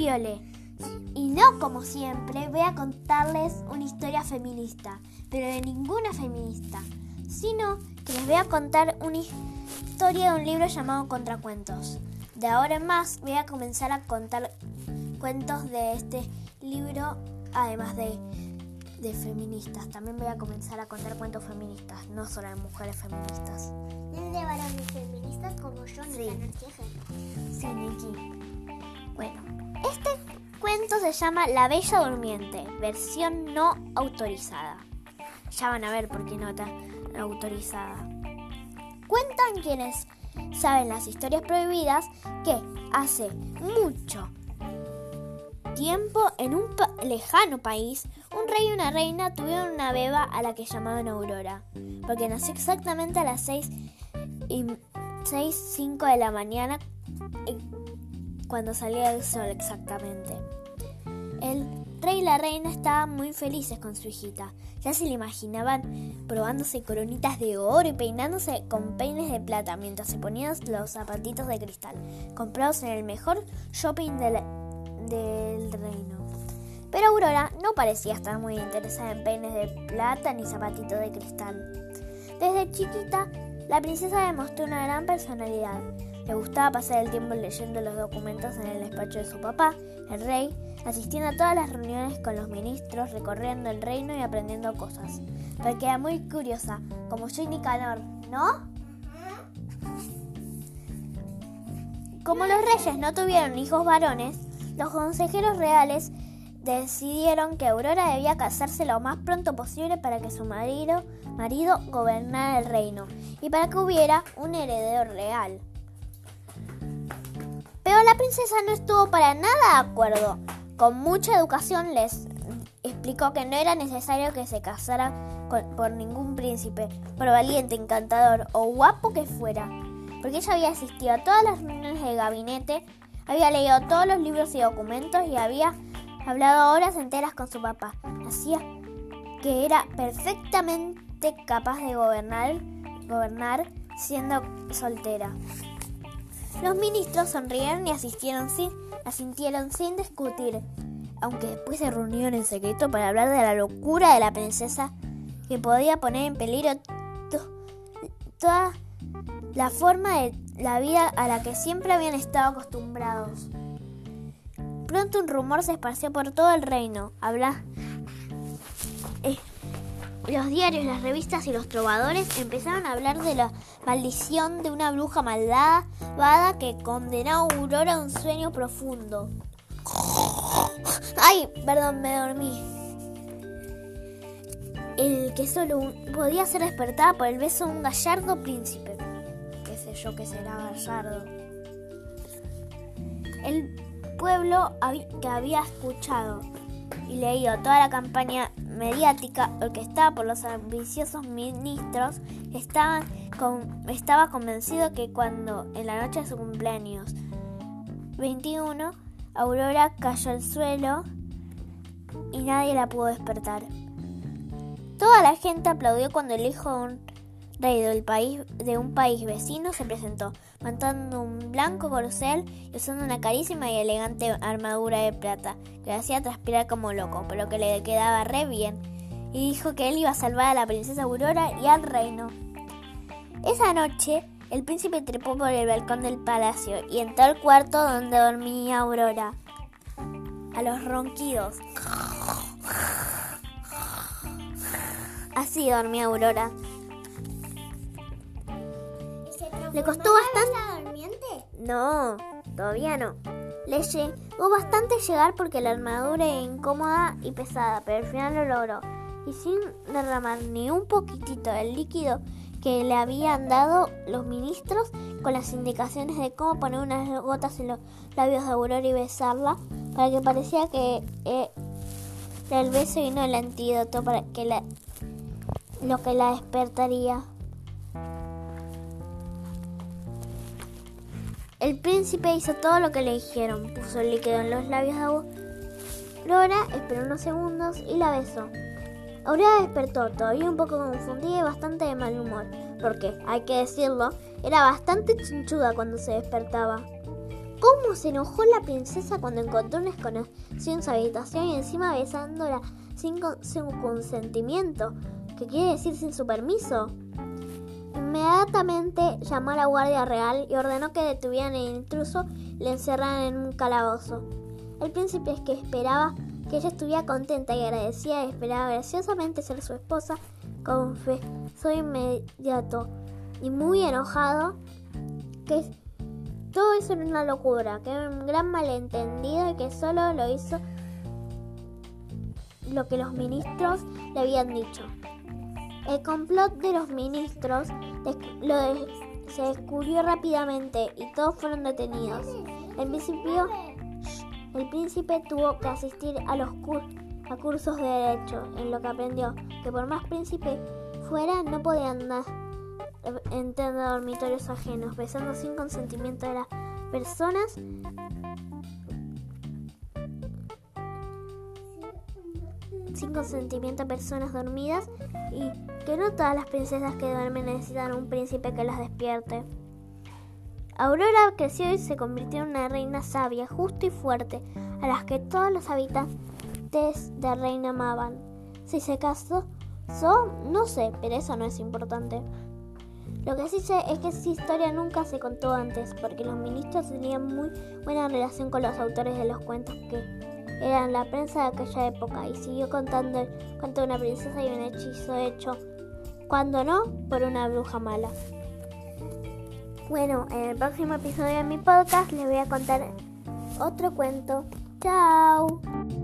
Viole. Y no como siempre voy a contarles una historia feminista, pero de ninguna feminista, sino que les voy a contar una historia de un libro llamado Contracuentos. De ahora en más voy a comenzar a contar cuentos de este libro, además de feministas. También voy a comenzar a contar cuentos feministas, no solo de mujeres feministas. ¿De varones feministas como yo? Sí. Sí, Nikki. Bueno, este cuento se llama La Bella Durmiente, versión no autorizada. Ya van a ver por qué no está autorizada. Cuentan quienes saben las historias prohibidas que hace mucho tiempo, en un lejano país, un rey y una reina tuvieron una beba a la que llamaban Aurora, porque nació exactamente a las 6:05 de la mañana, cuando salía el sol exactamente. El rey y la reina estaban muy felices con su hijita. Ya se le imaginaban probándose coronitas de oro y peinándose con peines de plata mientras se ponían los zapatitos de cristal, comprados en el mejor shopping del reino. Pero Aurora no parecía estar muy interesada en peines de plata ni zapatitos de cristal. Desde chiquita, la princesa demostró una gran personalidad. Le gustaba pasar el tiempo leyendo los documentos en el despacho de su papá, el rey, asistiendo a todas las reuniones con los ministros, recorriendo el reino y aprendiendo cosas. Porque era muy curiosa, como yo y Nicanor, ¿no? Como los reyes no tuvieron hijos varones, los consejeros reales decidieron que Aurora debía casarse lo más pronto posible para que su marido gobernara el reino y para que hubiera un heredero real. Pero la princesa no estuvo para nada de acuerdo. Con mucha educación les explicó que no era necesario que se casara por ningún príncipe, por valiente, encantador o guapo que fuera, porque ella había asistido a todas las reuniones de gabinete, había leído todos los libros y documentos y había hablado horas enteras con su papá. Hacía que era perfectamente capaz de gobernar siendo soltera. Los ministros sonrieron y asintieron sin discutir, aunque después se reunieron en secreto para hablar de la locura de la princesa que podía poner en peligro toda la forma de la vida a la que siempre habían estado acostumbrados. Pronto un rumor se esparció por todo el reino. Los diarios, las revistas y los trovadores empezaron a hablar de la maldición de una bruja malvada que condenó a Aurora a un sueño profundo. ¡Ay! Perdón, me dormí. El que solo podía ser despertada por el beso de un gallardo príncipe. Qué sé yo que será gallardo. El pueblo que había escuchado y leído toda la campaña mediática orquestada por los ambiciosos ministros estaba convencido que cuando en la noche de su cumpleaños 21 Aurora cayó al suelo y nadie la pudo despertar. Toda la gente aplaudió cuando el hijo de un rey de un país vecino se presentó, montando un blanco corcel y usando una carísima y elegante armadura de plata que le hacía transpirar como loco, pero que le quedaba re bien, y dijo que él iba a salvar a la princesa Aurora y al reino. Esa noche, el príncipe trepó por el balcón del palacio y entró al cuarto donde dormía Aurora. A los ronquidos. Así dormía Aurora. Le costó bastante. ¿La durmiente? No, todavía no. Le llegó bastante llegar porque la armadura era incómoda y pesada, pero al final lo logró. Y sin derramar ni un poquitito del líquido que le habían dado los ministros, con las indicaciones de cómo poner unas gotas en los labios de Aurora y besarla, para que parecía que era el beso y no el antídoto para que lo que la despertaría. El príncipe hizo todo lo que le dijeron, puso el líquido en los labios de Aurora, esperó unos segundos y la besó. Aurora despertó, todavía un poco confundida y bastante de mal humor, porque, hay que decirlo, era bastante chinchuda cuando se despertaba. ¿Cómo cómo se enojó la princesa cuando encontró un desconocido en su habitación y encima besándola sin su consentimiento, que quiere decir sin su permiso. Inmediatamente llamó a la guardia real y ordenó que detuvieran al intruso y le encerraran en un calabozo. El príncipe, que esperaba que ella estuviera contenta y agradecida y esperaba graciosamente ser su esposa, confesó inmediato y muy enojado que todo eso era una locura, que era un gran malentendido y que solo lo hizo lo que los ministros le habían dicho. El complot de los ministros se descubrió rápidamente y todos fueron detenidos. El príncipe tuvo que asistir a cursos de derecho, en lo que aprendió que por más príncipe fuera no podía andar entrar a dormitorios ajenos, besando sin consentimiento de las personas, sin consentimiento a personas dormidas, y que no todas las princesas que duermen necesitan un príncipe que las despierte. Aurora creció y se convirtió en una reina sabia, justa y fuerte, a las que todos los habitantes de reina amaban. Si se casó, no sé, pero eso no es importante. Lo que sí sé es que esa historia nunca se contó antes, porque los ministros tenían muy buena relación con los autores de los cuentos que eran la prensa de aquella época, y siguió contando el cuento de una princesa y un hechizo hecho, cuando no, por una bruja mala. Bueno, en el próximo episodio de mi podcast les voy a contar otro cuento. ¡Chao!